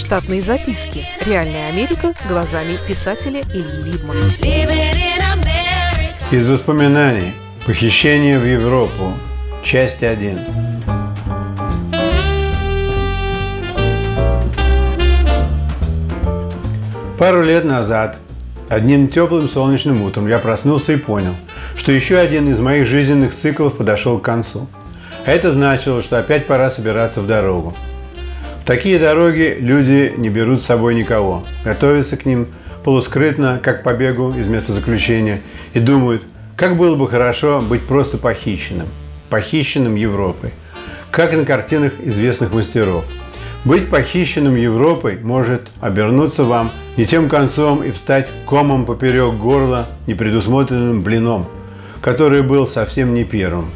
Штатные записки. Реальная Америка глазами писателя Ильи Либмана. Из воспоминаний. Похищение в Европу. Часть 1. Пару лет назад, одним теплым солнечным утром, я проснулся и понял, что еще один из моих жизненных циклов подошел к концу. А это значило, что опять пора собираться в дорогу. В такие дороги люди не берут с собой никого, готовятся к ним полускрытно, как к побегу из места заключения, и думают, как было бы хорошо быть просто похищенным Европой, как на картинах известных мастеров. Быть похищенным Европой может обернуться вам не тем концом и встать комом поперек горла непредусмотренным блином, который был совсем не первым.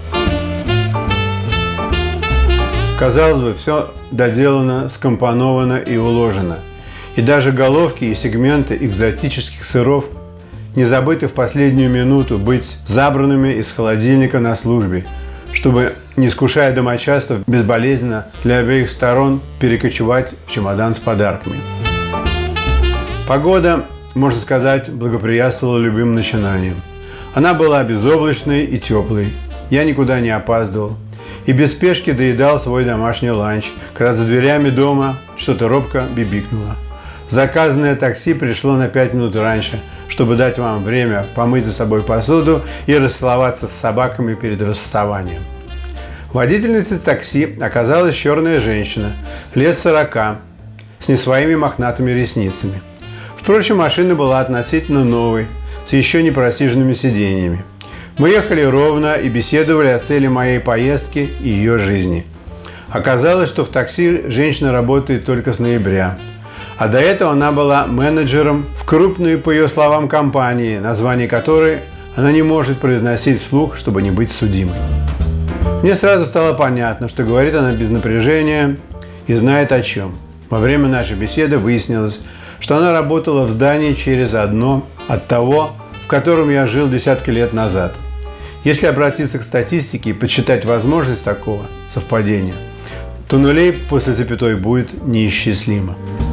Казалось бы, все доделано, скомпоновано и уложено. И даже головки и сегменты экзотических сыров не забыты в последнюю минуту быть забранными из холодильника на службе, чтобы, не искушая домочадцев, безболезненно для обеих сторон перекочевать в чемодан с подарками. Погода, можно сказать, благоприятствовала любым начинаниям. Она была безоблачной и теплой. Я никуда не опаздывал. И без спешки доедал свой домашний ланч, когда за дверями дома что-то робко бибикнуло. Заказанное такси пришло на 5 минут раньше, чтобы дать вам время помыть за собой посуду и расцеловаться с собаками перед расставанием. Водительницей такси оказалась черная женщина, лет 40, с не своими мохнатыми ресницами. Впрочем, машина была относительно новой, с еще не просиженными сиденьями. Мы ехали ровно и беседовали о цели моей поездки и ее жизни. Оказалось, что в такси женщина работает только с ноября. А до этого она была менеджером в крупной, по ее словам, компании, название которой она не может произносить вслух, чтобы не быть судимой. Мне сразу стало понятно, что говорит она без напряжения и знает о чем. Во время нашей беседы выяснилось, что она работала в здании через одно от того, в котором я жил десятки лет назад. Если обратиться к статистике и подсчитать возможность такого совпадения, то нулей после запятой будет неисчислимо.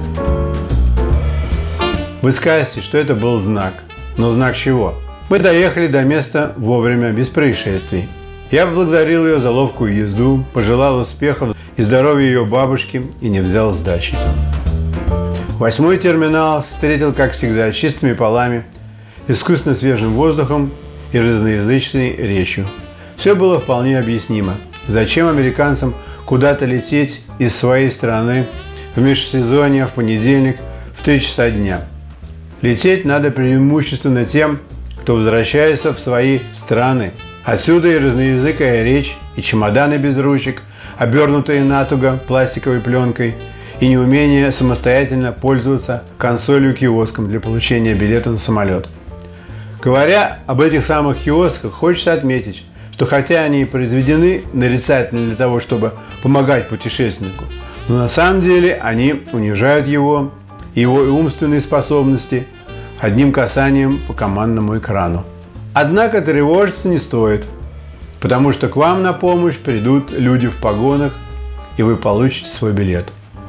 Вы скажете, что это был знак. Но знак чего? Мы доехали до места вовремя, без происшествий. Я поблагодарил ее за ловкую езду, пожелал успехов и здоровья ее бабушке и не взял сдачи. 8-й терминал встретил, как всегда, чистыми полами, искусственно свежим воздухом и разноязычной речью. Все было вполне объяснимо. Зачем американцам куда-то лететь из своей страны в межсезонье в понедельник в 3 часа дня? Лететь надо преимущественно тем, кто возвращается в свои страны. Отсюда и разноязыкая речь, и чемоданы без ручек, обернутые натуго пластиковой пленкой, и неумение самостоятельно пользоваться консолью-киоском для получения билета на самолет. Говоря об этих самых киосках, хочется отметить, что хотя они и произведены нарицательно для того, чтобы помогать путешественнику, но на самом деле они унижают его и его умственные способности одним касанием по командному экрану. Однако тревожиться не стоит, потому что к вам на помощь придут люди в погонах, и вы получите свой билет.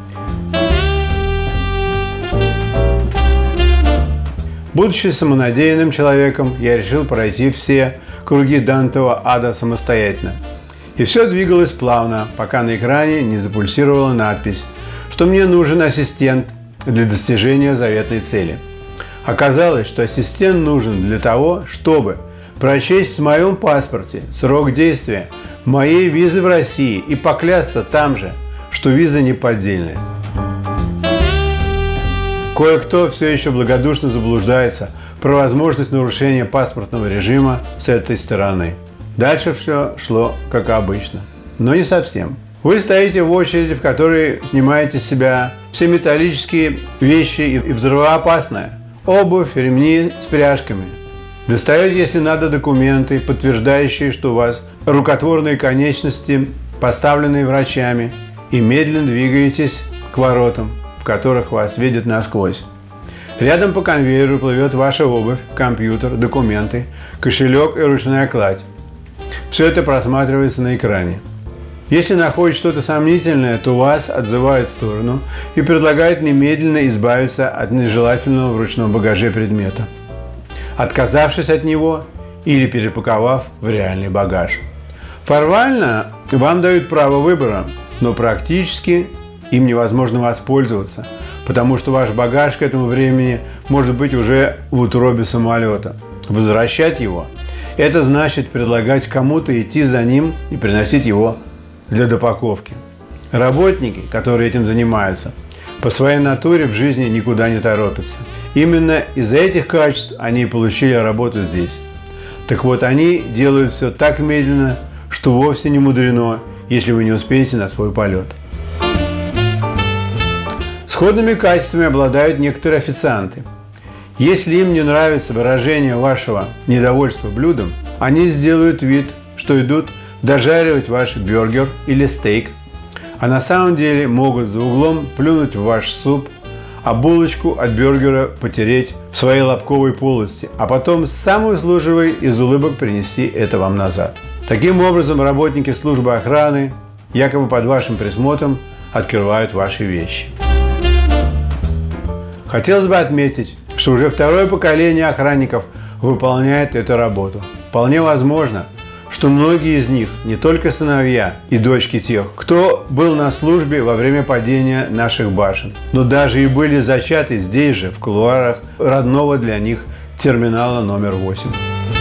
Будучи самонадеянным человеком, я решил пройти все круги Дантова ада самостоятельно. И все двигалось плавно, пока на экране не запульсировала надпись, что мне нужен ассистент для достижения заветной цели. Оказалось, что ассистент нужен для того, чтобы прочесть в моем паспорте срок действия моей визы в России и поклясться там же, что виза не поддельная. Кое-кто все еще благодушно заблуждается про возможность нарушения паспортного режима с этой стороны. Дальше все шло как обычно, но не совсем. Вы стоите в очереди, в которой снимаете с себя все металлические вещи и взрывоопасное. Обувь, ремни с пряжками. Достаете, если надо, документы, подтверждающие, что у вас рукотворные конечности, поставленные врачами, и медленно двигаетесь к воротам, в которых вас видят насквозь. Рядом по конвейеру плывет ваша обувь, компьютер, документы, кошелек и ручная кладь. Все это просматривается на экране. Если находит что-то сомнительное, то вас отзывает в сторону и предлагает немедленно избавиться от нежелательного в ручном багаже предмета, отказавшись от него или перепаковав в реальный багаж. Формально вам дают право выбора, но практически им невозможно воспользоваться, потому что ваш багаж к этому времени может быть уже в утробе самолета. Возвращать его – это значит предлагать кому-то идти за ним и приносить его для допаковки. Работники, которые этим занимаются, по своей натуре в жизни никуда не торопятся. Именно из-за этих качеств они и получили работу здесь. Так вот, они делают все так медленно, что вовсе не мудрено, если вы не успеете на свой полет. Сходными качествами обладают некоторые официанты. Если им не нравится выражение вашего недовольства блюдом, они сделают вид, что идут дожаривать ваш бюргер или стейк, а на самом деле могут за углом плюнуть в ваш суп, а булочку от бюргера потереть в своей лобковой полости, а потом с самой услужливой из улыбок принести это вам назад. Таким образом, работники службы охраны, якобы под вашим присмотром, открывают ваши вещи. Хотелось бы отметить, что уже второе поколение охранников выполняет эту работу. Вполне возможно, что многие из них не только сыновья и дочки тех, кто был на службе во время падения наших башен, но даже и были зачаты здесь же, в кулуарах родного для них терминала номер 8.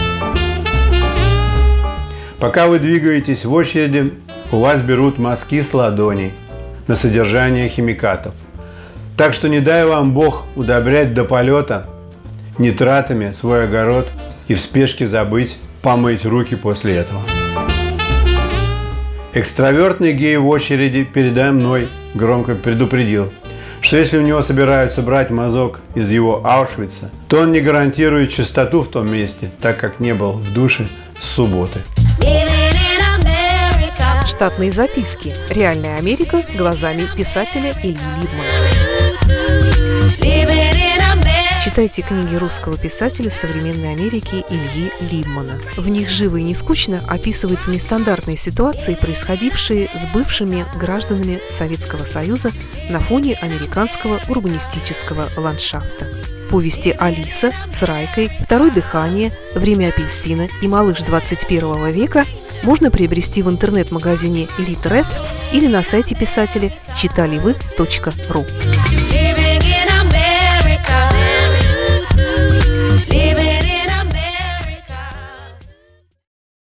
Пока вы двигаетесь в очереди, у вас берут мазки с ладоней на содержание химикатов. Так что не дай вам Бог удобрять до полета нитратами свой огород и в спешке забыть помыть руки после этого. Экстравертный гей в очереди передо мной громко предупредил, что если у него собираются брать мазок из его Аушвица, то он не гарантирует чистоту в том месте, так как не был в душе с субботы. Штатные записки. Реальная Америка глазами писателя Ильи Либмана. Читайте книги русского писателя современной Америки Ильи Либмана. В них живо и не скучно описываются нестандартные ситуации, происходившие с бывшими гражданами Советского Союза на фоне американского урбанистического ландшафта. Повести «Алиса» с Райкой, «Второе дыхание», «Время апельсина» и «Малыш 21 века» можно приобрести в интернет-магазине Litres или на сайте писателя читаливы.ру.